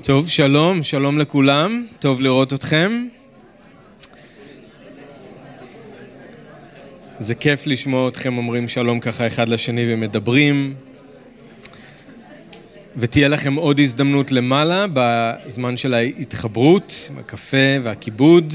טוב, שלום, שלום לכולם, טוב לראות אתכם. זה כיף לשמוע אתכם אומרים שלום ככה אחד לשני ומדברים. ותהיה לכם עוד הזדמנות למעלה בזמן של ההתחברות, הקפה והכיבוד.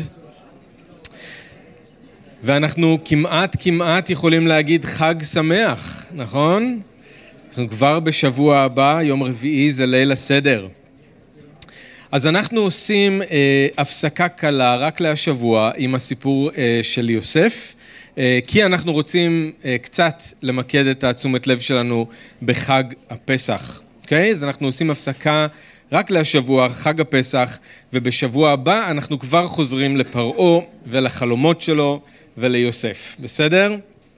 ואנחנו כמעט יכולים להגיד חג שמח, נכון? אנחנו כבר בשבוע הבא, יום רביעי זה ליל הסדר. אז אנחנו עושים הפסקה קלה רק להשבוע עם הסיפור של יוסף, כי אנחנו רוצים קצת למקד את תשומת לב שלנו בחג הפסח. אוקיי? אז אנחנו עושים הפסקה רק להשבוע, חג הפסח, ובשבוע הבא אנחנו כבר חוזרים לפרעה ולחלומות שלו וליוסף. בסדר?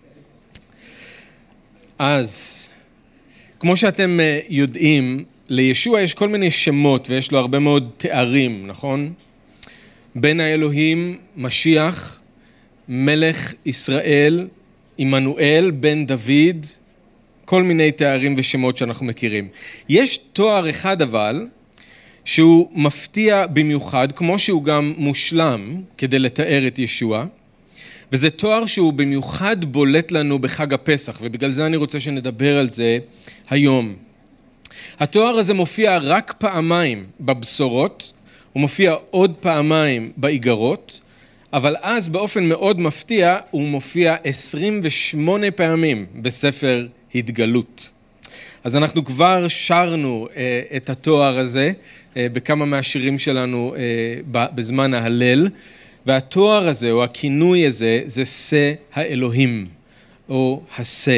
אז כמו שאתם יודעים, לישוע יש כל מיני שמות ויש לו הרבה מאוד תארים, נכון? בן האלוהים, משיח, מלך ישראל, עמנואל, בן דוד, כל מיני תארים ושמות שאנחנו מכירים. יש תואר אחד אבל, שהוא מפתיע במיוחד, כמו שהוא גם מושלם כדי לתאר את ישוע, וזה תואר שהוא במיוחד בולט לנו בחג הפסח, ובגלל זה אני רוצה שנדבר על זה היום. התואר הזה מופיע רק פעמיים בבשורות, הוא מופיע עוד פעמיים באיגרות, אבל אז באופן מאוד מפתיע הוא מופיע 28 פעמים בספר התגלות. אז אנחנו כבר שרנו את התואר הזה בכמה מהשירים שלנו בזמן ההלל, והתואר הזה או הכינוי הזה זה שא האלוהים או השא.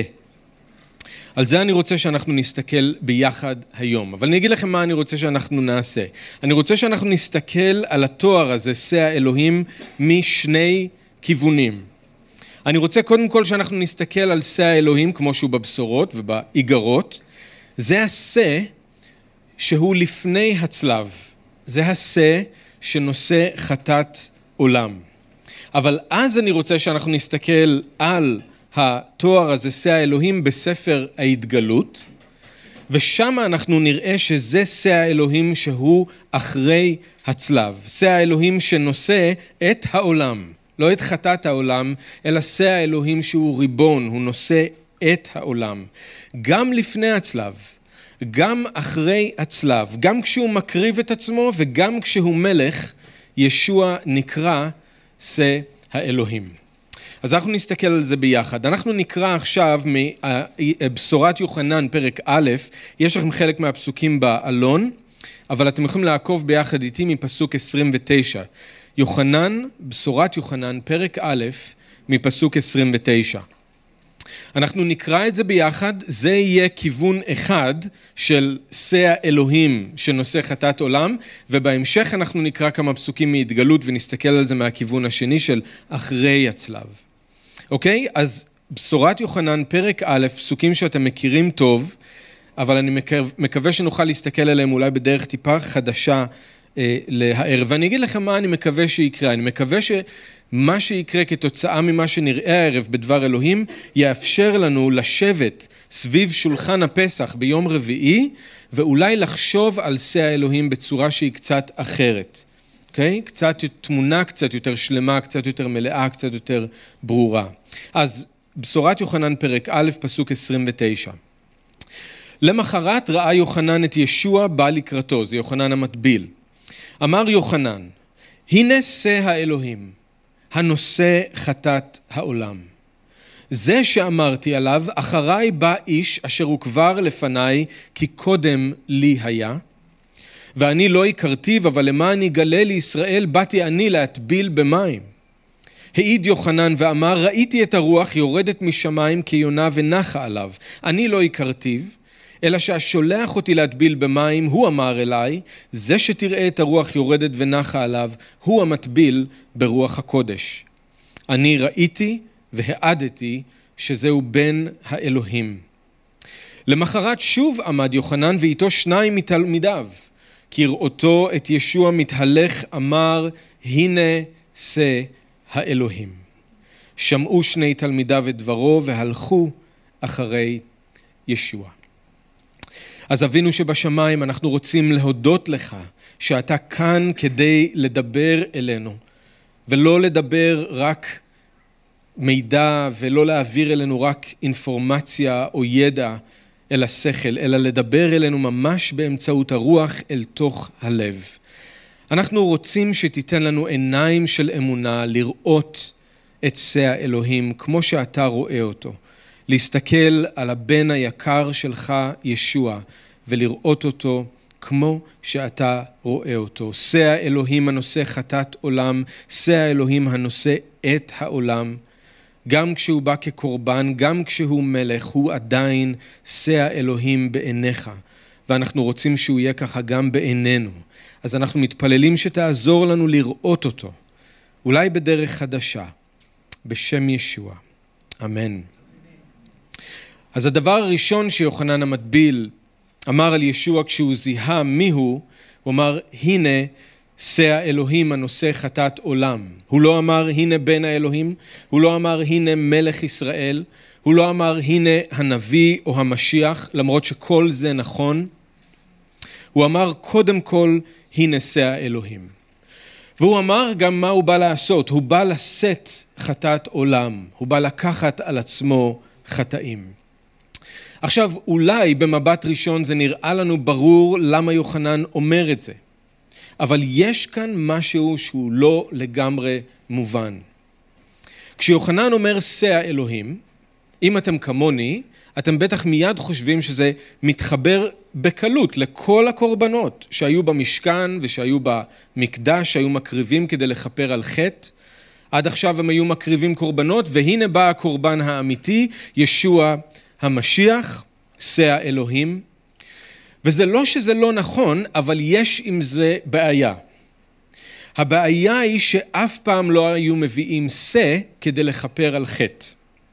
על זה אני רוצה שאנחנו נסתכל ביחד היום. אבל אני אגיד לכם מה אני רוצה שאנחנו נעשה. אני רוצה שאנחנו נסתכל על התואר הזה, שא האלוהים, משני כיוונים. אני רוצה קודם כל שאנחנו נסתכל על שא האלוהים כמו שהוא בבשורות ובאיגרות. זה השא שהוא לפני הצלב. זה השא שנושא חטאת עולם. אבל אז אני רוצה שאנחנו נסתכל על התואר הזה, שא האלוהים, בספר ההתגלות, ושם אנחנו נראה שזה שא האלוהים שהוא אחרי הצלב. שא האלוהים שנושא את העולם, לא את חטאת העולם, אלא שא האלוהים שהוא ריבון, הוא נושא את העולם. גם לפני הצלב, גם אחרי הצלב, גם כשהוא מקריב את עצמו וגם כשהוא מלך, ישוע נקרא שא האלוהים. אז אנחנו נסתכל על זה ביחד. אנחנו נקרא עכשיו מבשורת יוחנן פרק א', יש לכם חלק מהפסוקים באלון, אבל אתם יכולים לעקוב ביחד איתי מפסוק 29. יוחנן, בשורת יוחנן פרק א', מפסוק 29. אנחנו נקרא את זה ביחד, זה יהיה כיוון אחד של שא האלוהים שנושא חטאת עולם, ובהמשך אנחנו נקרא כמה פסוקים מהתגלות ונסתכל על זה מהכיוון השני של אחרי הצלב. אוקיי? אז בשורת יוחנן פרק א', פסוקים שאתם מכירים טוב, אבל אני מקווה שנוכל להסתכל עליהם אולי בדרך טיפה חדשה להערב. ואני אגיד לכם מה אני מקווה שיקרה. אני מקווה שמה שיקרה כתוצאה ממה שנראה הערב בדבר אלוהים, יאפשר לנו לשבת סביב שולחן הפסח ביום רביעי, ואולי לחשוב על שא האלוהים בצורה שהיא קצת אחרת. אוקיי? קצת תמונה, קצת יותר שלמה, קצת יותר מלאה, קצת יותר ברורה. אז בשורת יוחנן פרק א', פסוק 29. למחרת ראה יוחנן את ישוע בא לקראתו, זה יוחנן המטביל. אמר יוחנן, הנה שא האלוהים, הנושא חטאת העולם. זה שאמרתי עליו, אחריי בא איש אשר הוא כבר לפניי, כי קודם לי היה. ואני לא הכרתיו, אבל למען יגלה לישראל, באתי אני להטביל במים. העיד יוחנן ואמר, ראיתי את הרוח יורדת משמיים כיונה ונחה עליו. אני לא הכרתיו, אלא שהשולח אותי להטביל במים, הוא אמר אליי, זה שתראה את הרוח יורדת ונחה עליו, הוא המטביל ברוח הקודש. אני ראיתי והעדתי שזהו בן האלוהים. למחרת שוב עמד יוחנן ואיתו שניים מתלמידיו. כראותו את ישוע מתהלך אמר, הנה שא האלוהים. שמעו שני תלמידיו את דברו והלכו אחרי ישוע. אז אבינו שבשמיים, אנחנו רוצים להודות לך שאתה כאן כדי לדבר אלינו, ולא לדבר רק מידע, ולא להעביר אלינו רק אינפורמציה או ידע אל השכל, אלא לדבר אלינו ממש באמצעות הרוח אל תוך הלב. אנחנו רוצים שתיתן לנו עיניים של אמונה, לראות את שא האלוהים כמו שאתה רואה אותו. להסתכל על הבן היקר שלך, ישוע, ולראות אותו כמו שאתה רואה אותו. שא האלוהים הנושא חטאת עולם, שא האלוהים הנושא את העולם. גם כשהוא בא כקורבן, גם כשהוא מלך, הוא עדיין שא האלוהים בעיניך. ואנחנו רוצים שהוא יהיה ככה גם בעינינו. אז אנחנו מתפללים שתעזור לנו לראות אותו. אולי בדרך חדשה. בשם ישוע. אמן. אז הדבר הראשון שיוחנן המטביל אמר על ישוע כשהוא זיהה מיהו, הוא אמר, הנה שא האלוהים הנושא חטאת עולם. הוא לא אמר, הנה בן האלוהים, הוא לא אמר, הנה מלך ישראל, הוא לא אמר, הנה הנביא או המשיח, למרות שכל זה נכון. הוא אמר, קודם כל, הנה שא האלוהים. והוא אמר גם מה הוא בא לעשות, הוא בא לשאת חטאת עולם, הוא בא לקחת על עצמו חטאים. עכשיו, אולי במבט ראשון זה נראה לנו ברור למה יוחנן אומר את זה. אבל יש כאן משהו שהוא לא לגמרי מובן. כשיוחנן אומר שא האלוהים, אם אתם כמוני, אתם בטח מיד חושבים שזה מתחבר בקלות לכל הקורבנות שהיו במשכן ושהיו במקדש, שהיו מקריבים כדי לכפר על חטא. עד עכשיו הם היו מקריבים קורבנות, והנה בא הקורבן האמיתי, ישוע המשיח, שא האלוהים. וזה לא שזה לא נכון, אבל יש עם זה בעיה. הבעיה היא שאף פעם לא היו מביאים שא כדי לכפר על חטא.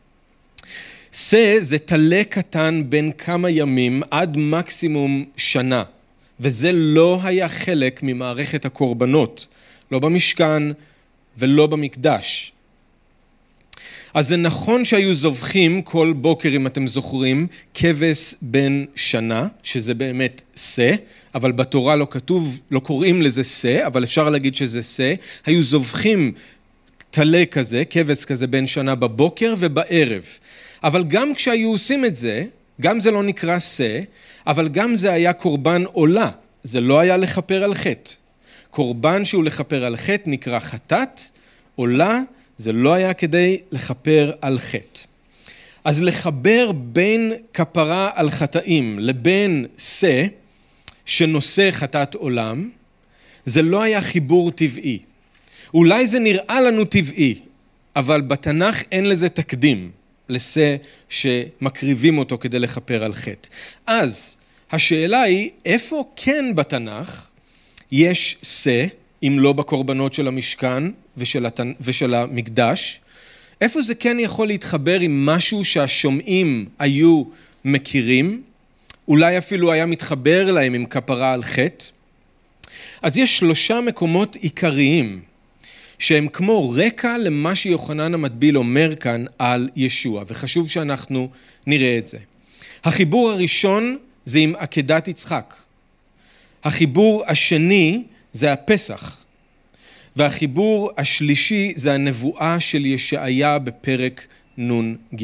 שא זה תלה קטן בין כמה ימים עד מקסימום שנה, וזה לא היה חלק ממערכת הקורבנות, לא במשכן ולא במקדש. אז זה נכון שהיו זובחים כל בוקר, אם אתם זוכרים, כבש בן שנה, שזה באמת שא, אבל בתורה לא כתוב, לא קוראים לזה שא, אבל אפשר להגיד שזה שא. היו זובחים תלה כזה, כבש כזה בן שנה בבוקר ובערב. אבל גם כשהיו עושים את זה, גם זה לא נקרא שא, אבל גם זה היה קורבן עולה. זה לא היה לכפר על חטא. קורבן שהוא לכפר על חטא נקרא חטאת, עולה, זה לא היה כדי לכפר על חטא. אז לחבר בין כפרה על חטאים לבין שא שנושא חטאת עולם, זה לא היה חיבור טבעי. אולי זה נראה לנו טבעי, אבל בתנ"ך אין לזה תקדים, לשא שמקריבים אותו כדי לכפר על חטא. אז השאלה היא, איפה כן בתנ"ך יש שא, אם לא בקורבנות של המשכן ושל המקדש, איפה זה כן יכול להתחבר עם משהו שהשומעים היו מכירים, אולי אפילו היה מתחבר להם עם כפרה על חטא? אז יש 3 מקומות עיקריים, שהם כמו רקע למה שיוחנן המטביל אומר כאן על ישוע, וחשוב שאנחנו נראה את זה. החיבור הראשון זה עם עקדת יצחק. החיבור השני זה הפסח. והחיבור השלישי זה הנבואה של ישעיה בפרק נ"ג.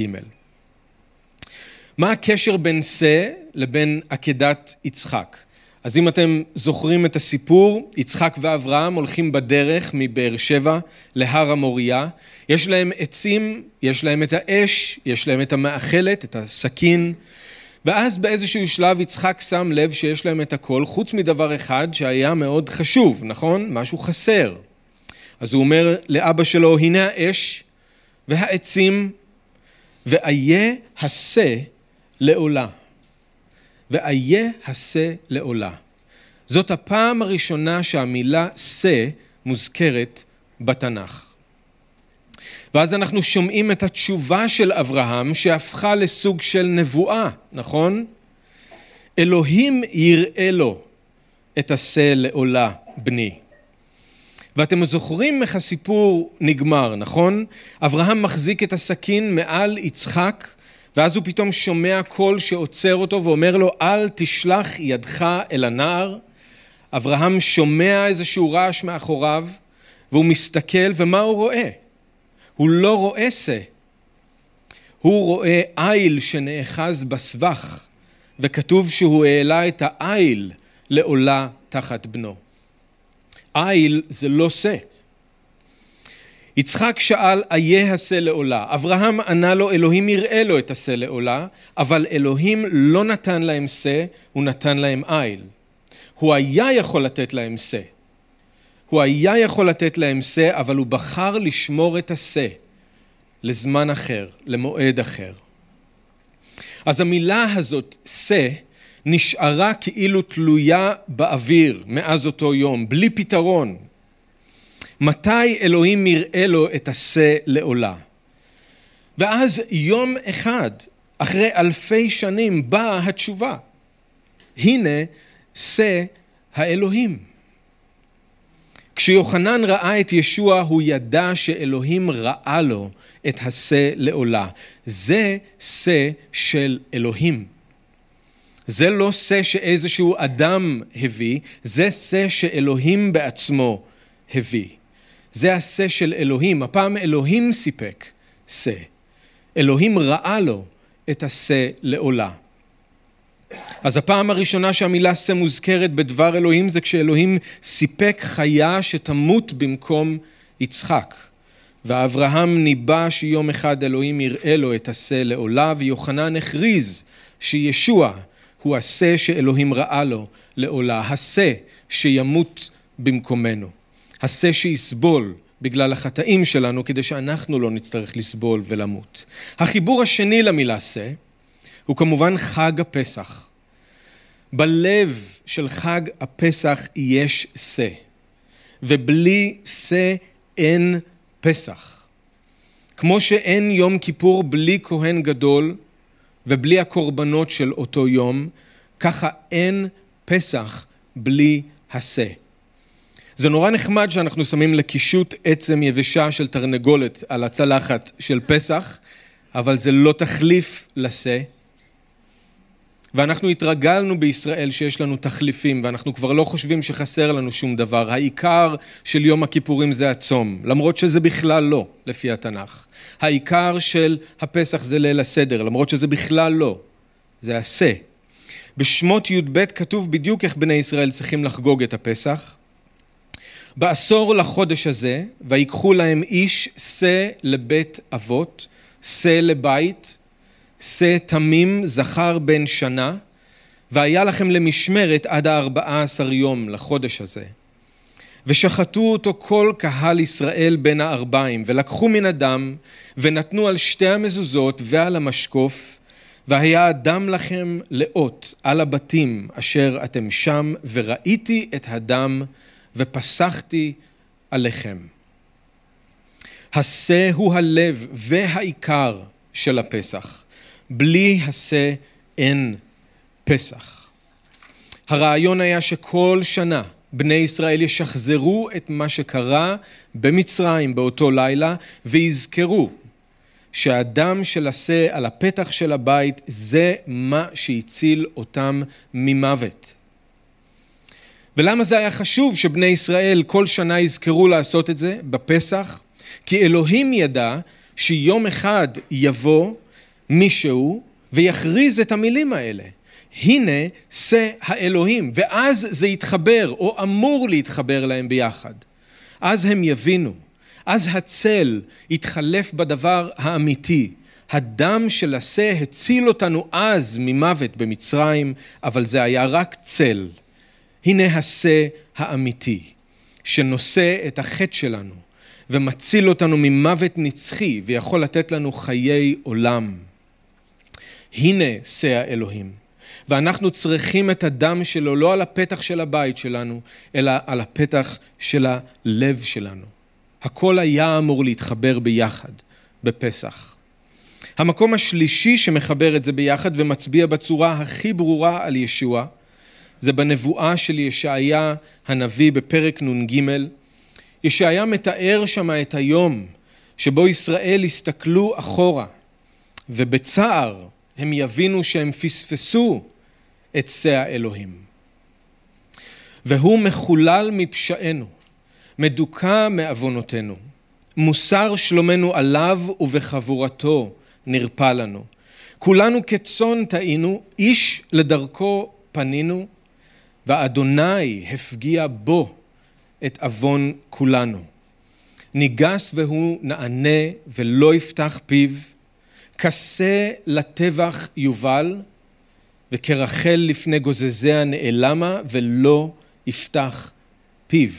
מה הקשר בין שא לבין עקדת יצחק? אז אם אתם זוכרים את הסיפור, יצחק ואברהם הולכים בדרך מבאר שבע להר המוריה. יש להם עצים, יש להם את האש, יש להם את המאכלת, את הסכין. ואז באיזשהו שלב יצחק שם לב שיש להם את הכל, חוץ מדבר אחד שהיה מאוד חשוב, נכון? משהו חסר. אז הוא אומר לאבא שלו, הנה האש והעצים, ואיה השא לעולה. ואיה השא לעולה. זאת הפעם הראשונה שהמילה שא מוזכרת בתנ"ך. ואז אנחנו שומעים את התשובה של אברהם שהפכה לסוג של נבואה, נכון? אלוהים יראה לו את השא לעולה בני. ואתם זוכרים איך הסיפור נגמר, נכון? אברהם מחזיק את הסכין מעל יצחק, ואז הוא פתאום שומע קול שעוצר אותו ואומר לו, אל תשלח ידך אל הנער. אברהם שומע איזשהו רעש מאחוריו, והוא מסתכל, ומה הוא רואה? הוא לא רואה שא. הוא רואה איל שנאחז בסבך, וכתוב שהוא העלה את האיל לעולה תחת בנו. איל זה לא שא. יצחק שאל, איה השא לעולה? אברהם ענה לו, אלוהים יראה לו את השא לעולה, אבל אלוהים לא נתן להם שא, הוא נתן להם איל. הוא היה יכול לתת להם שא. הוא היה יכול לתת להם שא, אבל הוא בחר לשמור את השא לזמן אחר, למועד אחר. אז המילה הזאת, שא, נשארה כאילו תלויה באוויר מאז אותו יום, בלי פתרון. מתי אלוהים יראה לו את השא לעולה? ואז יום אחד, אחרי אלפי שנים, באה התשובה. הנה שא האלוהים. כשיוחנן ראה את ישוע, הוא ידע שאלוהים ראה לו את השא לעולה. זה שא של אלוהים. זה לא שא שאיזשהו אדם הביא, זה שא שאלוהים בעצמו הביא. זה השא של אלוהים. הפעם אלוהים סיפק שא. אלוהים ראה לו את השא לעולה. אז הפעם הראשונה שהמילה שא מוזכרת בדבר אלוהים זה כשאלוהים סיפק חיה שתמות במקום יצחק. ואברהם ניבא שיום אחד אלוהים יראה לו את השא לעולה, ויוחנן הכריז שישוע הוא השא שאלוהים ראה לו לעולה, השא שימות במקומנו, השא שיסבול בגלל החטאים שלנו כדי שאנחנו לא נצטרך לסבול ולמות. החיבור השני למילה שא הוא כמובן חג הפסח. בלב של חג הפסח יש שא, ובלי שא אין פסח. כמו שאין יום כיפור בלי כהן גדול ובלי הקורבנות של אותו יום, ככה אין פסח בלי השא. זה נורא נחמד שאנחנו שמים לקישוט עצם יבשה של תרנגולת על הצלחת של פסח, אבל זה לא תחליף לשא. ואנחנו התרגלנו בישראל שיש לנו תחליפים, ואנחנו כבר לא חושבים שחסר לנו שום דבר. העיקר של יום הכיפורים זה הצום, למרות שזה בכלל לא, לפי התנ"ך. העיקר של הפסח זה ליל הסדר, למרות שזה בכלל לא, זה השא. בשמות י"ב כתוב בדיוק איך בני ישראל צריכים לחגוג את הפסח. בעשור לחודש הזה, ויקחו להם איש שא לבית אבות, שא לבית, שא תמים זכר בן שנה, והיה לכם למשמרת עד 14 יום לחודש הזה. ושחטו אותו כל קהל ישראל בין הארבעים, ולקחו מן הדם, ונתנו על שתי המזוזות ועל המשקוף, והיה הדם לכם לאות על הבתים אשר אתם שם, וראיתי את הדם ופסחתי עליכם. השא הוא הלב והעיקר של הפסח. בלי השא אין פסח. הרעיון היה שכל שנה בני ישראל ישחזרו את מה שקרה במצרים באותו לילה, ויזכרו שהדם של השא על הפתח של הבית זה מה שהציל אותם ממוות. ולמה זה היה חשוב שבני ישראל כל שנה יזכרו לעשות את זה בפסח? כי אלוהים ידע שיום אחד יבוא מישהו ויכריז את המילים האלה. הנה שא האלוהים, ואז זה יתחבר או אמור להתחבר להם ביחד. אז הם יבינו, אז הצל יתחלף בדבר האמיתי. הדם של השא הציל אותנו אז ממוות במצרים, אבל זה היה רק צל. הנה השא האמיתי, שנושא את החטא שלנו ומציל אותנו ממוות נצחי ויכול לתת לנו חיי עולם. הנה שא האלוהים, ואנחנו צריכים את הדם שלו לא על הפתח של הבית שלנו, אלא על הפתח של הלב שלנו. הכל היה אמור להתחבר ביחד בפסח. המקום השלישי שמחבר את זה ביחד ומצביע בצורה הכי ברורה על ישוע, זה בנבואה של ישעיה הנביא בפרק נ"ג. ישעיה מתאר שם את היום שבו ישראל הסתכלו אחורה ובצער הם יבינו שהם פספסו את שא האלוהים. והוא מחולל מפשענו, מדוכא מעוונותינו. מוסר שלומנו עליו ובחבורתו נרפא לנו. כולנו כצאן טעינו, איש לדרכו פנינו, ואדוני הפגיע בו את עוון כולנו. ניגס והוא נענה ולא יפתח פיו, כסה לטבח יובל, וכרחל לפני גוזזיה נעלמה ולא יפתח פיו.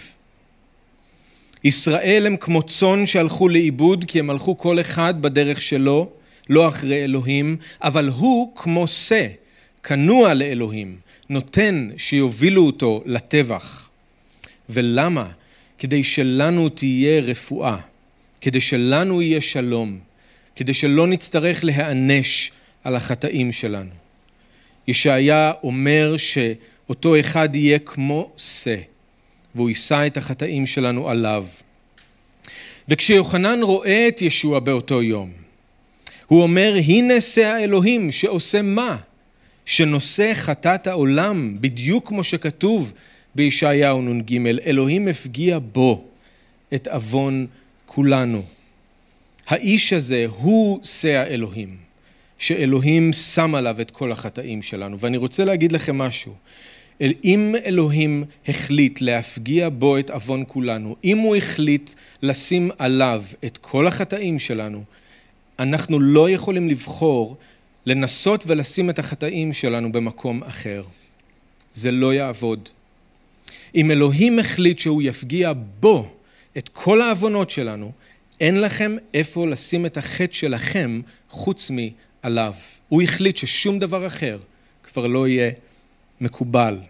ישראל הם כמו צאן שהלכו לאיבוד, כי הם הלכו כל אחד בדרך שלו, לא אחרי אלוהים, אבל הוא כמו שא, כנוע לאלוהים, נותן שיובילו אותו לטבח. ולמה? כדי שלנו תהיה רפואה, כדי שלנו יהיה שלום, כדי שלא נצטרך להיענש על החטאים שלנו. ישעיה אומר שאותו אחד יהיה כמו שא, והוא יישא את החטאים שלנו עליו. וכשיוחנן רואה את ישוע באותו יום, הוא אומר, הנה שא האלוהים שעושה מה? שנושא חטאת העולם, בדיוק כמו שכתוב בישעיהו נ"ג, אלוהים הפגיע בו את עוון כולנו. האיש הזה הוא שא האלוהים, שאלוהים שם עליו את כל החטאים שלנו. ואני רוצה להגיד לכם משהו, אם אלוהים החליט להפגיע בו את עוון כולנו, אם הוא החליט לשים עליו את כל החטאים שלנו, אנחנו לא יכולים לבחור לנסות ולשים את החטאים שלנו במקום אחר. זה לא יעבוד. אם אלוהים החליט שהוא יפגיע בו את כל העוונות שלנו, אין לכם איפה לשים את החטא שלכם חוץ מעליו. הוא החליט ששום דבר אחר כבר לא יהיה מקובל.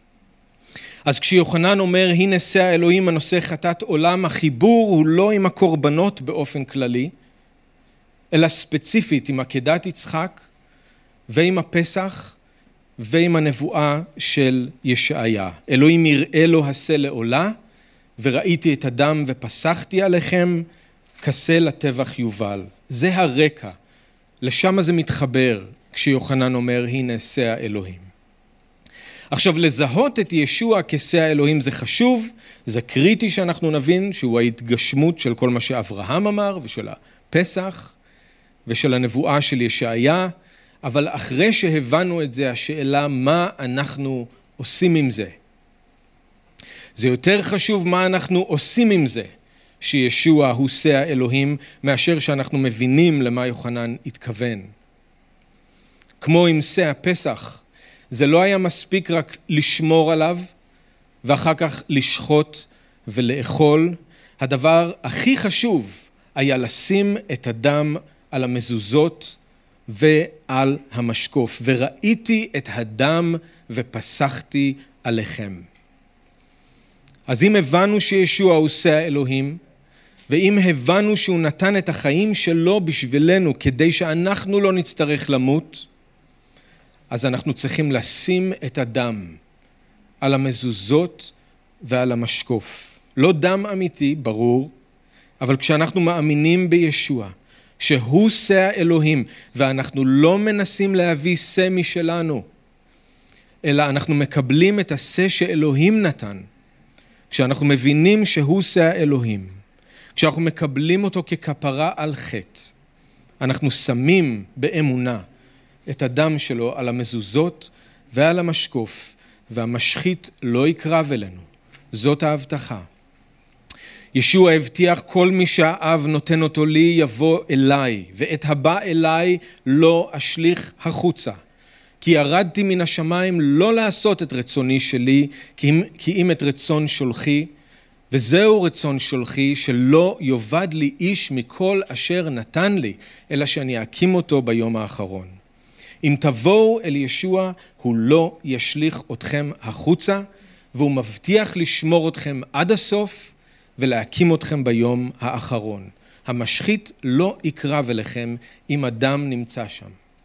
אז כשיוחנן אומר, הנה שא האלוהים הנושא חטאת עולם, החיבור הוא לא עם הקורבנות באופן כללי, אלא ספציפית עם עקדת יצחק ועם הפסח ועם הנבואה של ישעיה. אלוהים יראה לו השא לעולה, וראיתי את הדם ופסחתי עליכם, כסה לטבח יובל. זה הרקע. לשם זה מתחבר כשיוחנן אומר, הנה שא האלוהים. עכשיו, לזהות את ישוע כשא האלוהים זה חשוב, זה קריטי שאנחנו נבין שהוא ההתגשמות של כל מה שאברהם אמר, ושל הפסח, ושל הנבואה של ישעיה, אבל אחרי שהבנו את זה, השאלה מה אנחנו עושים עם זה. זה יותר חשוב מה אנחנו עושים עם זה, שישוע הוא שא האלוהים, מאשר שאנחנו מבינים למה יוחנן התכוון. כמו עם שא הפסח, זה לא היה מספיק רק לשמור עליו, ואחר כך לשחוט ולאכול. הדבר הכי חשוב היה לשים את הדם על המזוזות ועל המשקוף. וראיתי את הדם ופסחתי עליכם. אז אם הבנו שישוע הוא שא האלוהים, ואם הבנו שהוא נתן את החיים שלו בשבילנו, כדי שאנחנו לא נצטרך למות, אז אנחנו צריכים לשים את הדם על המזוזות ועל המשקוף. לא דם אמיתי, ברור, אבל כשאנחנו מאמינים בישוע, שהוא שא האלוהים, ואנחנו לא מנסים להביא שא משלנו, אלא אנחנו מקבלים את השא שאלוהים נתן, כשאנחנו מבינים שהוא שא האלוהים, כשאנחנו מקבלים אותו ככפרה על חטא, אנחנו שמים באמונה את הדם שלו על המזוזות ועל המשקוף, והמשחית לא יקרב אלינו. זאת ההבטחה. ישוע הבטיח, כל מי שהאב נותן אותו לי יבוא אליי, ואת הבא אליי לא אשליך החוצה. כי ירדתי מן השמיים לא לעשות את רצוני שלי, כי אם את רצון שולחי, וזהו רצון שולחי, שלא יאבד לי איש מכל אשר נתן לי, אלא שאני אקים אותו ביום האחרון. אם תבואו אל ישוע, הוא לא ישליך אתכם החוצה, והוא מבטיח לשמור אתכם עד הסוף, ולהקים אתכם ביום האחרון. המשחית לא יקרב אליכם אם אדם נמצא שם.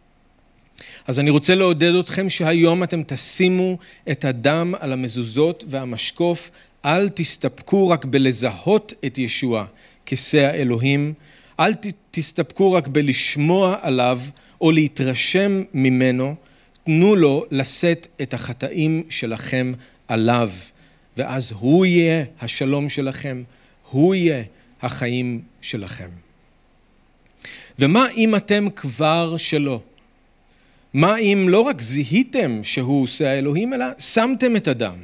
אז אני רוצה לעודד אתכם שהיום אתם תשימו את הדם על המזוזות והמשקוף, אל תסתפקו רק בלזהות את ישוע כשא האלוהים, אל תסתפקו רק בלשמוע עליו או להתרשם ממנו, תנו לו לשאת את החטאים שלכם עליו, ואז הוא יהיה השלום שלכם, הוא יהיה החיים שלכם. ומה אם אתם כבר שלו? מה אם לא רק זיהיתם שהוא שא האלוהים, אלא שמתם את הדם?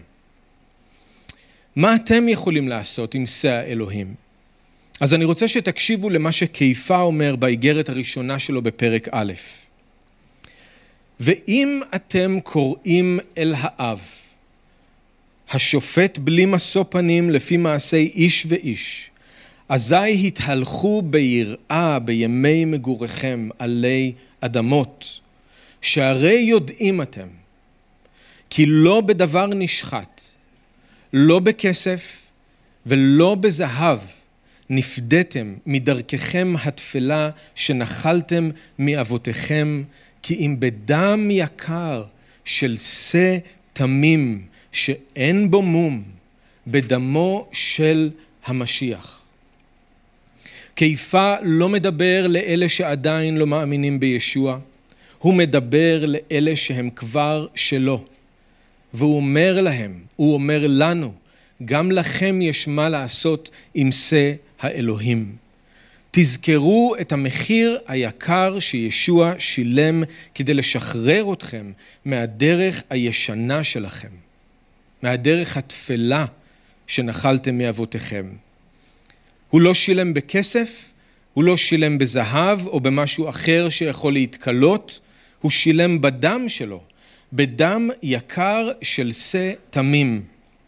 מה אתם יכולים לעשות עם שא האלוהים? אז אני רוצה שתקשיבו למה שכיפה אומר באיגרת הראשונה שלו בפרק א'. ואם אתם קוראים אל האב, השופט בלי משוא פנים לפי מעשי איש ואיש, אזי התהלכו ביראה בימי מגוריכם עלי אדמות, שהרי יודעים אתם, כי לא בדבר נשחט, לא בכסף ולא בזהב, נפדתם מדרככם התפלה שנחלתם מאבותיכם, כי אם בדם יקר של שא תמים שאין בו מום, בדמו של המשיח. כיפה לא מדבר לאלה שעדיין לא מאמינים בישוע, הוא מדבר לאלה שהם כבר שלו. והוא אומר להם, הוא אומר לנו, גם לכם יש מה לעשות עם שא האלוהים. תזכרו את המחיר היקר שישוע שילם כדי לשחרר אתכם מהדרך הישנה שלכם, מהדרך התפלה שנחלתם מאבותיכם. הוא לא שילם בכסף, הוא לא שילם בזהב או במשהו אחר שיכול להתקלות, הוא שילם בדם שלו, בדם יקר של שא תמים.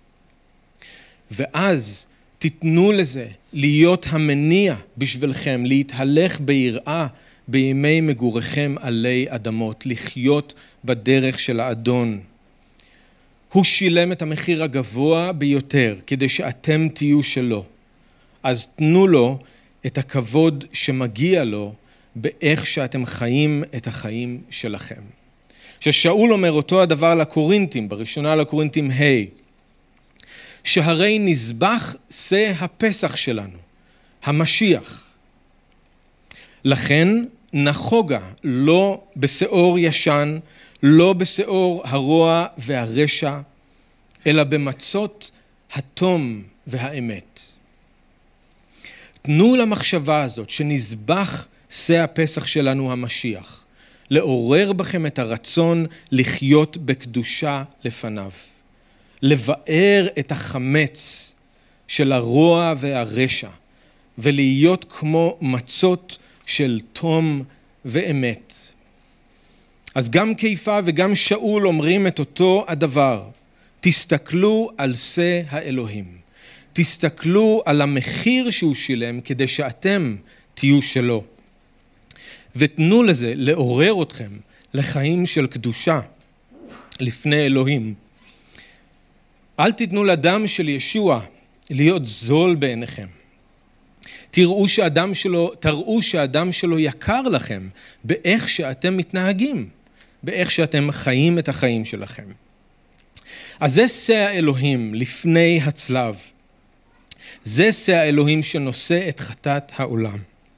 ואז תיתנו לזה להיות המניע בשבילכם, להתהלך ביראה בימי מגוריכם עלי אדמות, לחיות בדרך של האדון. הוא שילם את המחיר הגבוה ביותר כדי שאתם תהיו שלו. אז תנו לו את הכבוד שמגיע לו באיך שאתם חיים את החיים שלכם. ששאול אומר אותו הדבר לקורינתים, בראשונה לקורינתים ה', שהרי נזבח שא הפסח שלנו, המשיח. לכן נחוגה לא בשאור ישן, לא בשאור הרוע והרשע, אלא במצות התום והאמת. תנו למחשבה הזאת שנזבח שא הפסח שלנו המשיח, לעורר בכם את הרצון לחיות בקדושה לפניו. לבאר את החמץ של הרוע והרשע, ולהיות כמו מצות של תום ואמת. אז גם כיפה וגם שאול אומרים את אותו הדבר. תסתכלו על שא האלוהים. תסתכלו על המחיר שהוא שילם כדי שאתם תהיו שלו. ותנו לזה לעורר אתכם לחיים של קדושה לפני אלוהים. אל תיתנו לדם של ישוע להיות זול בעיניכם. תראו שהדם שלו יקר לכם באיך שאתם מתנהגים, באיך שאתם חיים את החיים שלכם. אז זה שא האלוהים לפני הצלב. זה שא האלוהים שנושא את חטאת העולם.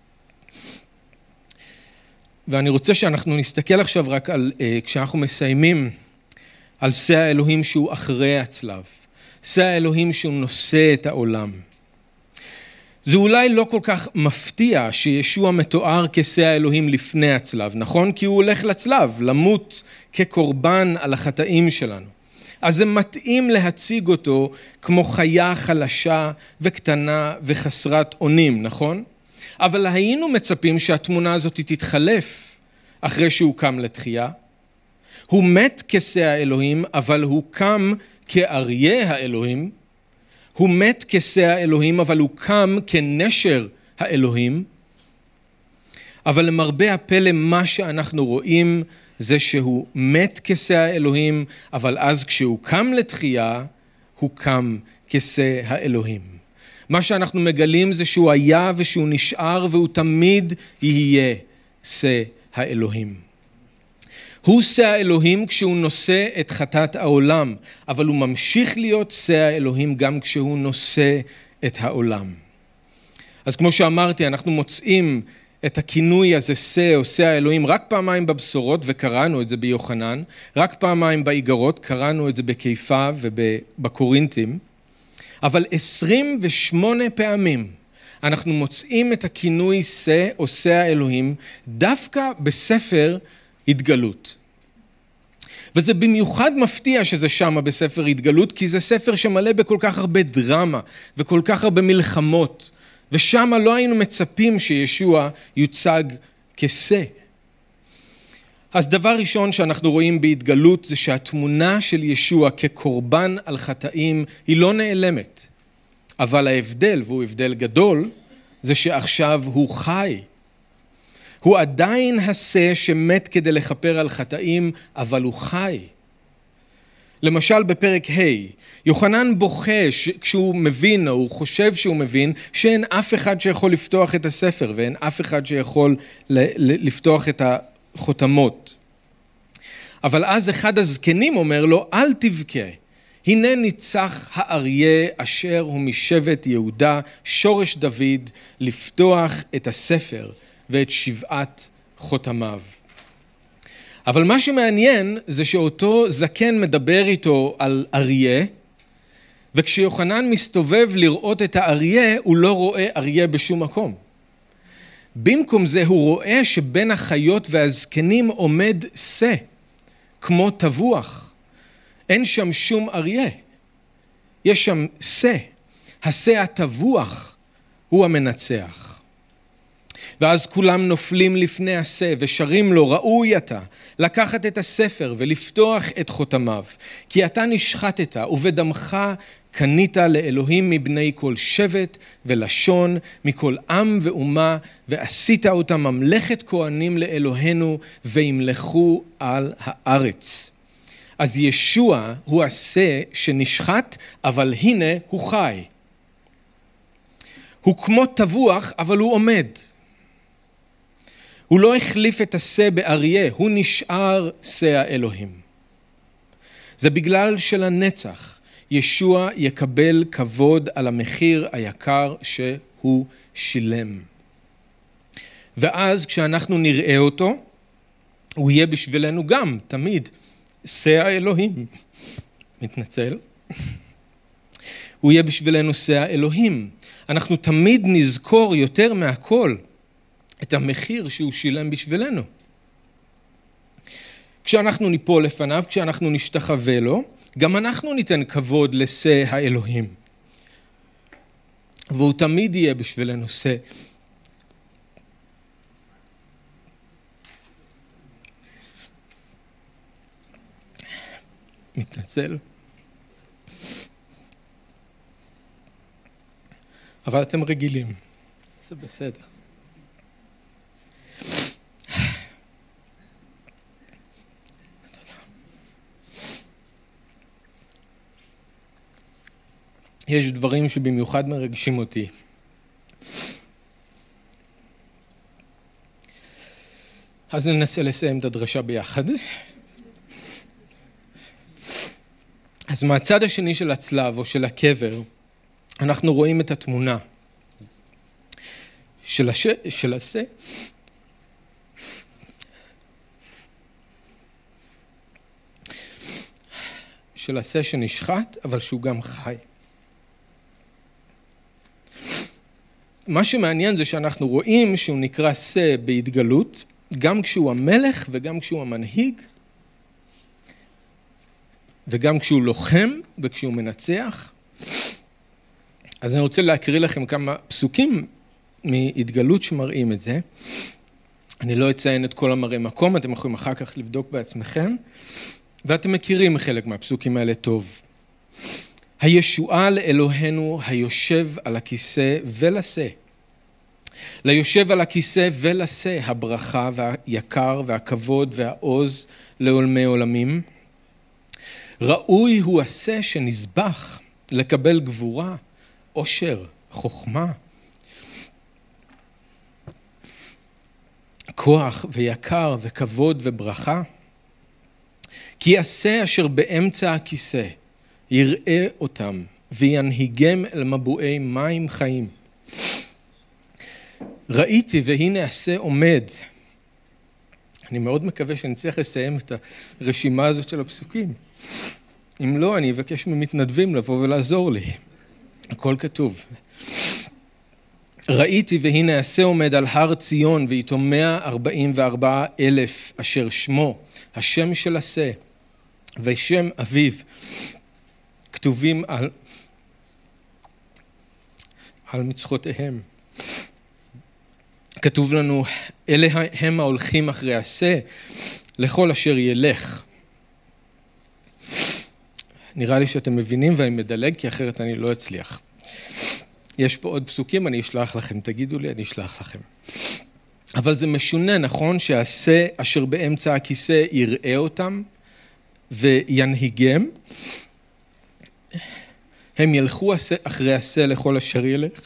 ואני רוצה שאנחנו נסתכל עכשיו רק על, כשאנחנו מסיימים, על שא האלוהים שהוא אחרי הצלב. שא האלוהים שהוא נושא את העולם. זה אולי לא כל כך מפתיע שישוע מתואר כשא האלוהים לפני הצלב, נכון? כי הוא הולך לצלב, למות כקורבן על החטאים שלנו. אז זה מתאים להציג אותו כמו חיה חלשה וקטנה וחסרת אונים, נכון? אבל היינו מצפים שהתמונה הזאת תתחלף אחרי שהוא קם לתחייה. הוא מת כשא האלוהים, אבל הוא קם כאריה האלוהים. הוא מת כשא האלוהים, אבל הוא קם כנשר האלוהים. אבל למרבה הפלא, מה שאנחנו רואים זה שהוא מת כשא האלוהים, אבל אז כשהוא קם לתחייה, הוא קם כשא האלוהים. מה שאנחנו מגלים זה שהוא היה ושהוא נשאר והוא תמיד יהיה שא האלוהים. הוא שא האלוהים כשהוא נושא את חטאת העולם, אבל הוא ממשיך להיות שא האלוהים גם כשהוא נושא את העולם. אז כמו שאמרתי, אנחנו מוצאים את הכינוי הזה, שא, עושה האלוהים, רק פעמיים בבשורות, וקראנו את זה ביוחנן, רק פעמיים באיגרות, קראנו את זה בקיפה ובקורינתים, אבל 28 פעמים אנחנו מוצאים את הכינוי שא, עושה האלוהים, דווקא בספר התגלות. וזה במיוחד מפתיע שזה שמה בספר התגלות, כי זה ספר שמלא בכל כך הרבה דרמה וכל כך הרבה מלחמות, ושם לא היינו מצפים שישוע יוצג כשא. אז דבר ראשון שאנחנו רואים בהתגלות זה שהתמונה של ישוע כקורבן על חטאים היא לא נעלמת. אבל ההבדל, והוא הבדל גדול, זה שעכשיו הוא חי. הוא עדיין השא שמת כדי לכפר על חטאים, אבל הוא חי. למשל בפרק ה', יוחנן בוכה כשהוא מבין, או הוא חושב שהוא מבין, שאין אף אחד שיכול לפתוח את הספר, ואין אף אחד שיכול לפתוח את החותמות. אבל אז אחד הזקנים אומר לו, אל תבכה. הנה ניצח האריה אשר הוא משבט יהודה, שורש דוד, לפתוח את הספר ואת 7 חותמיו. אבל מה שמעניין זה שאותו זקן מדבר איתו על אריה, וכשיוחנן מסתובב לראות את האריה, הוא לא רואה אריה בשום מקום. במקום זה הוא רואה שבין החיות והזקנים עומד שא, כמו טבוח. אין שם שום אריה. יש שם שא. השא הטבוח הוא המנצח. ואז כולם נופלים לפני השא ושרים לו, ראוי אתה לקחת את הספר ולפתוח את חותמיו, כי אתה נשחטת ובדמך קנית לאלוהים מבני כל שבט ולשון, מכל עם ואומה, ועשית אותם ממלכת כהנים לאלוהינו, וימלכו על הארץ. אז ישוע הוא השא שנשחט, אבל הנה הוא חי. הוא כמו טבוח, אבל הוא עומד. הוא לא החליף את השא באריה, הוא נשאר שא האלוהים. זה בגלל שלנצח ישוע יקבל כבוד על המחיר היקר שהוא שילם. ואז כשאנחנו נראה אותו, הוא יהיה בשבילנו גם, תמיד, שא האלוהים. מתנצל. הוא יהיה בשבילנו שא האלוהים. אנחנו תמיד נזכור יותר מהכל את המחיר שהוא שילם בשבילנו. כשאנחנו ניפול לפניו, כשאנחנו נשתחווה לו, גם אנחנו ניתן כבוד לשא האלוהים. והוא תמיד יהיה בשבילנו שא. מתנצל. אבל אתם רגילים. זה בסדר. יש דברים שבמיוחד מרגשים אותי. אז ננסה לסיים את הדרשה ביחד. אז מהצד השני של הצלב או של הקבר, אנחנו רואים את התמונה של השא, של השא שנשחט, אבל שהוא גם חי. מה שמעניין זה שאנחנו רואים שהוא נקרא שא בהתגלות, גם כשהוא המלך וגם כשהוא המנהיג, וגם כשהוא לוחם וכשהוא מנצח. אז אני רוצה להקריא לכם כמה פסוקים מהתגלות שמראים את זה. אני לא אציין את כל המראה מקום, אתם יכולים אחר כך לבדוק בעצמכם, ואתם מכירים חלק מהפסוקים האלה טוב. הישועה לאלוהינו היושב על הכיסא ולשא. ליושב על הכיסא ולשא הברכה והיקר והכבוד והעוז לעולמי עולמים. ראוי הוא השא שנזבח לקבל גבורה, עושר, חוכמה, כוח ויקר וכבוד וברכה. כי השא אשר באמצע הכיסא יראה אותם וינהיגם אל מבועי מים חיים. ראיתי והנה עשה עומד. אני מאוד מקווה שנצליח לסיים את הרשימה הזאת של הפסוקים. אם לא, אני אבקש ממתנדבים לבוא ולעזור לי. הכל כתוב. ראיתי והנה עשה עומד על הר ציון ואיתו 144,000 אשר שמו, השם של עשה ושם אביו, כתובים על מצחותיהם. כתוב לנו, אלה הם ההולכים אחרי עשה, לכל אשר ילך. נראה לי שאתם מבינים ואני מדלג, כי אחרת אני לא אצליח. יש פה עוד פסוקים, אני אשלח לכם, תגידו לי, אני אשלח לכם. אבל זה משונה, נכון? שהעשה אשר באמצע הכיסא יראה אותם וינהיגם. הם ילכו אחרי עשה לכל אשר ילך.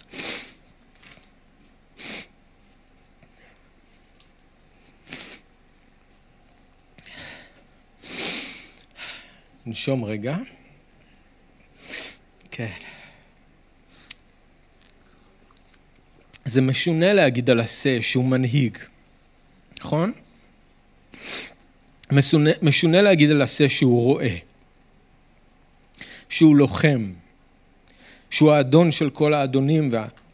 נשום רגע. כן. זה משונה להגיד על עשה שהוא מנהיג, נכון? משונה להגיד על עשה שהוא רואה, שהוא לוחם, שהוא האדון של כל האדונים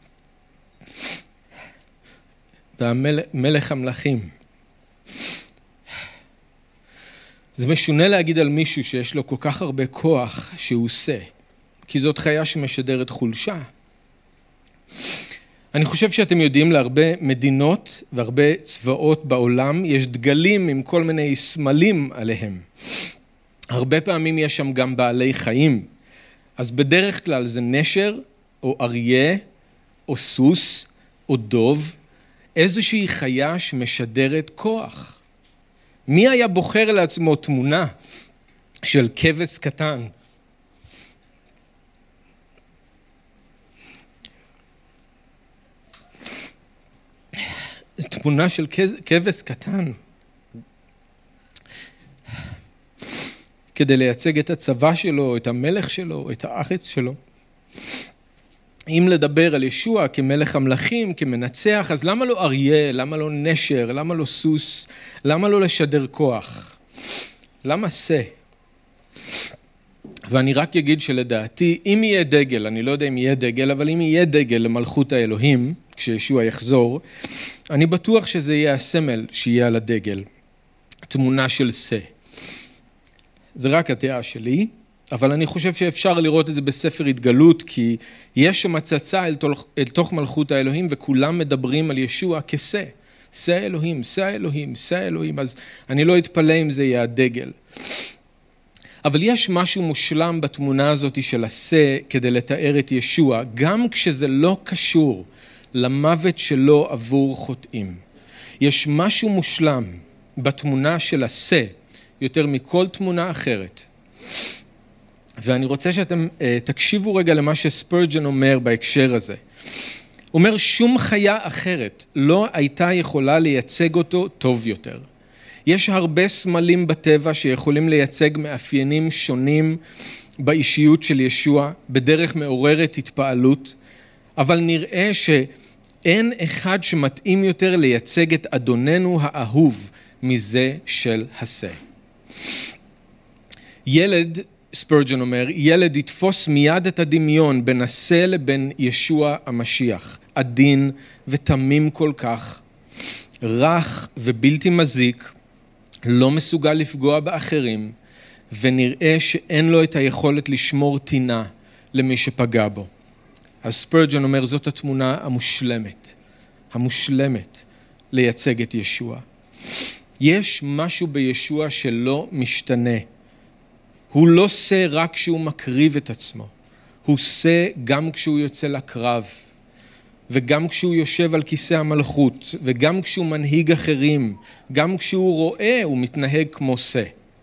והמלך המלכים. זה משונה להגיד על מישהו שיש לו כל כך הרבה כוח שהוא עושה, כי זאת חיה שמשדרת חולשה. אני חושב שאתם יודעים, להרבה מדינות והרבה צבאות בעולם יש דגלים עם כל מיני סמלים עליהם. הרבה פעמים יש שם גם בעלי חיים. אז בדרך כלל זה נשר או אריה או סוס או דוב, איזושהי חיה שמשדרת כוח. מי היה בוחר לעצמו תמונה של כבש קטן? תמונה של כבש קטן. כדי לייצג את הצבא שלו, את המלך שלו, את הארץ שלו. אם לדבר על ישוע כמלך המלכים, כמנצח, אז למה לא אריה, למה לא נשר, למה לא סוס, למה לא לשדר כוח? למה עשה? ואני רק אגיד שלדעתי, אם יהיה דגל, אני לא יודע אם יהיה דגל, אבל אם יהיה דגל למלכות האלוהים, כשישוע יחזור, אני בטוח שזה יהיה הסמל שיהיה על הדגל, תמונה של עשה. זה רק הדעה שלי, אבל אני חושב שאפשר לראות את זה בספר התגלות, כי יש שם הצצה אל תוך מלכות האלוהים, וכולם מדברים על ישוע כשה. שא אלוהים, שא אלוהים, שא אלוהים, אז אני לא אתפלא אם זה יהיה הדגל. אבל יש משהו מושלם בתמונה הזאת של עשה כדי לתאר את ישוע, גם כשזה לא קשור למוות שלו עבור חוטאים. יש משהו מושלם בתמונה של עשה, יותר מכל תמונה אחרת. ואני רוצה שאתם תקשיבו רגע למה שספרג'ן אומר בהקשר הזה. הוא אומר, שום חיה אחרת לא הייתה יכולה לייצג אותו טוב יותר. יש הרבה סמלים בטבע שיכולים לייצג מאפיינים שונים באישיות של ישוע, בדרך מעוררת התפעלות, אבל נראה שאין אחד שמתאים יותר לייצג את אדוננו האהוב מזה של עשה. ילד, ספרג'ן אומר, ילד יתפוס מיד את הדמיון בין עשה לבין ישוע המשיח, עדין ותמים כל כך, רך ובלתי מזיק, לא מסוגל לפגוע באחרים, ונראה שאין לו את היכולת לשמור טינה למי שפגע בו. אז ספרג'ן אומר, זאת התמונה המושלמת לייצג את ישוע. יש משהו בישוע שלא משתנה. הוא לא עושה רק כשהוא מקריב את עצמו. הוא עושה גם כשהוא יוצא לקרב, וגם כשהוא יושב על כיסא המלכות, וגם כשהוא מנהיג אחרים, גם כשהוא רואה הוא מתנהג כמו עשה.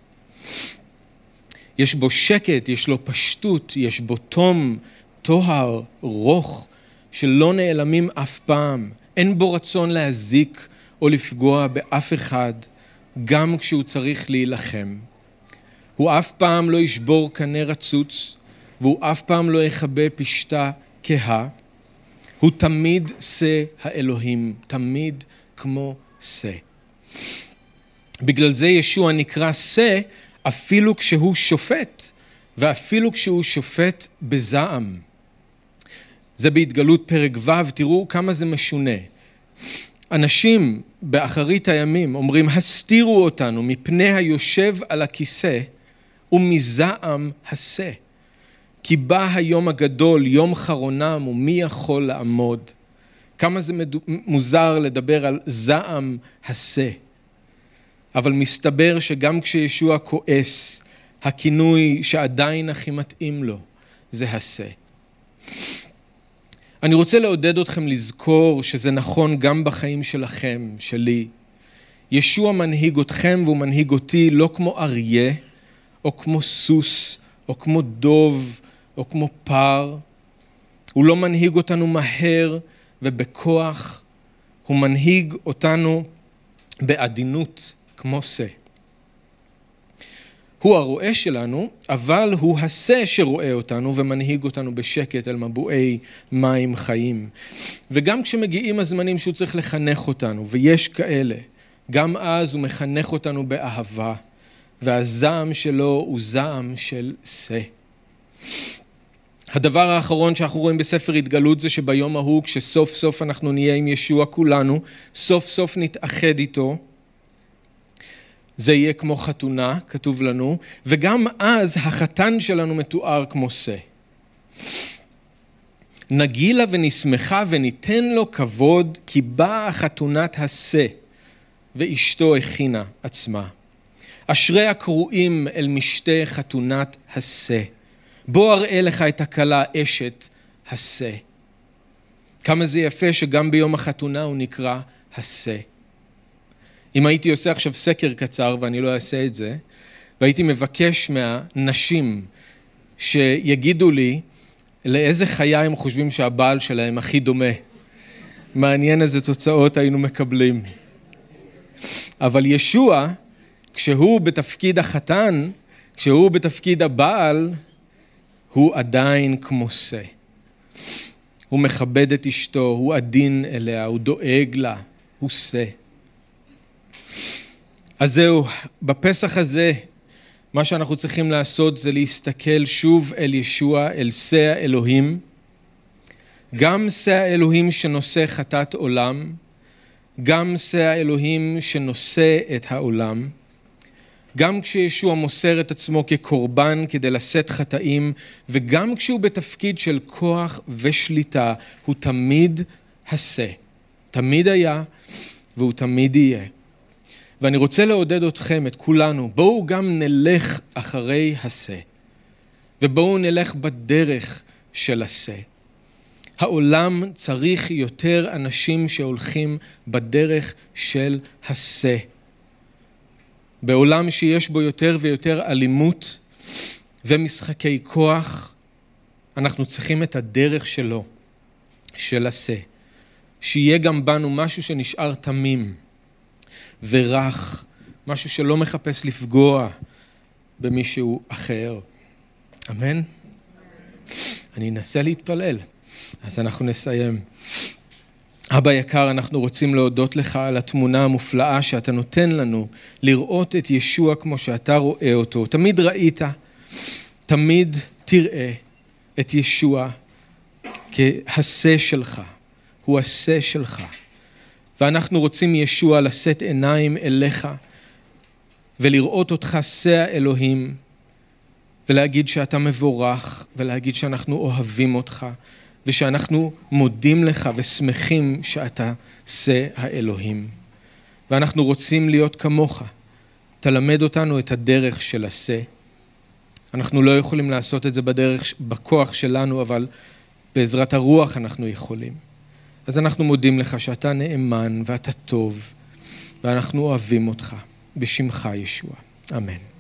יש בו שקט, יש לו פשטות, יש בו תום, טוהר, רוך, שלא נעלמים אף פעם. אין בו רצון להזיק או לפגוע באף אחד, גם כשהוא צריך להילחם. הוא אף פעם לא ישבור קנה רצוץ, והוא אף פעם לא יכבה פשטה כהה. הוא תמיד שא האלוהים, תמיד כמו שא. בגלל זה ישוע נקרא שא אפילו כשהוא שופט, ואפילו כשהוא שופט בזעם. זה בהתגלות פרק ו', תראו כמה זה משונה. אנשים באחרית הימים אומרים, הסתירו אותנו מפני היושב על הכיסא ומזעם השא. כי בא היום הגדול, יום חרונם, ומי יכול לעמוד? כמה זה מוזר לדבר על זעם השא. אבל מסתבר שגם כשישוע כועס, הכינוי שעדיין הכי מתאים לו זה השא. אני רוצה לעודד אתכם לזכור שזה נכון גם בחיים שלכם, שלי. ישוע מנהיג אתכם והוא מנהיג אותי לא כמו אריה, או כמו סוס, או כמו דוב, או כמו פר. הוא לא מנהיג אותנו מהר ובכוח, הוא מנהיג אותנו בעדינות כמו שא. הוא הרועה שלנו, אבל הוא השא שרואה אותנו ומנהיג אותנו בשקט אל מבועי מים חיים. וגם כשמגיעים הזמנים שהוא צריך לחנך אותנו, ויש כאלה, גם אז הוא מחנך אותנו באהבה, והזעם שלו הוא זעם של שא. הדבר האחרון שאנחנו רואים בספר התגלות זה שביום ההוא, כשסוף סוף אנחנו נהיה עם ישוע כולנו, סוף סוף נתאחד איתו, זה יהיה כמו חתונה, כתוב לנו, וגם אז החתן שלנו מתואר כמו שא. נגילה ונשמחה וניתן לו כבוד, כי באה חתונת השא, ואשתו הכינה עצמה. אשרי הקרואים אל משתה חתונת השא. בוא אראה לך את הכלה אשת השא. כמה זה יפה שגם ביום החתונה הוא נקרא השא. אם הייתי עושה עכשיו סקר קצר, ואני לא אעשה את זה, והייתי מבקש מהנשים שיגידו לי לאיזה חיה הם חושבים שהבעל שלהם הכי דומה. מעניין איזה תוצאות היינו מקבלים. אבל ישוע, כשהוא בתפקיד החתן, כשהוא בתפקיד הבעל, הוא עדיין כמו שא. הוא מכבד את אשתו, הוא עדין אליה, הוא דואג לה, הוא שא. אז זהו, בפסח הזה, מה שאנחנו צריכים לעשות זה להסתכל שוב אל ישוע, אל שא האלוהים. גם שא האלוהים שנושא חטאת עולם, גם שא האלוהים שנושא את העולם. גם כשישוע מוסר את עצמו כקורבן כדי לשאת חטאים, וגם כשהוא בתפקיד של כוח ושליטה, הוא תמיד השא. תמיד היה והוא תמיד יהיה. ואני רוצה לעודד אתכם, את כולנו, בואו גם נלך אחרי השא, ובואו נלך בדרך של השא. העולם צריך יותר אנשים שהולכים בדרך של השא. בעולם שיש בו יותר ויותר אלימות ומשחקי כוח, אנחנו צריכים את הדרך שלו, של השא. שיהיה גם בנו משהו שנשאר תמים ורך, משהו שלא מחפש לפגוע במישהו אחר. אמן? אני אנסה להתפלל, אז אנחנו נסיים. אבא יקר, אנחנו רוצים להודות לך על התמונה המופלאה שאתה נותן לנו, לראות את ישוע כמו שאתה רואה אותו. תמיד ראית, תמיד תראה את ישוע כהשא שלך, הוא השא שלך. ואנחנו רוצים ישוע לשאת עיניים אליך, ולראות אותך שא האלוהים, ולהגיד שאתה מבורך, ולהגיד שאנחנו אוהבים אותך, ושאנחנו מודים לך ושמחים שאתה שא האלוהים. ואנחנו רוצים להיות כמוך. תלמד אותנו את הדרך של השא. אנחנו לא יכולים לעשות את זה בכוח שלנו, אבל בעזרת הרוח אנחנו יכולים. אז אנחנו מודים לך שאתה נאמן ואתה טוב, ואנחנו אוהבים אותך. בשמך ישוע. אמן.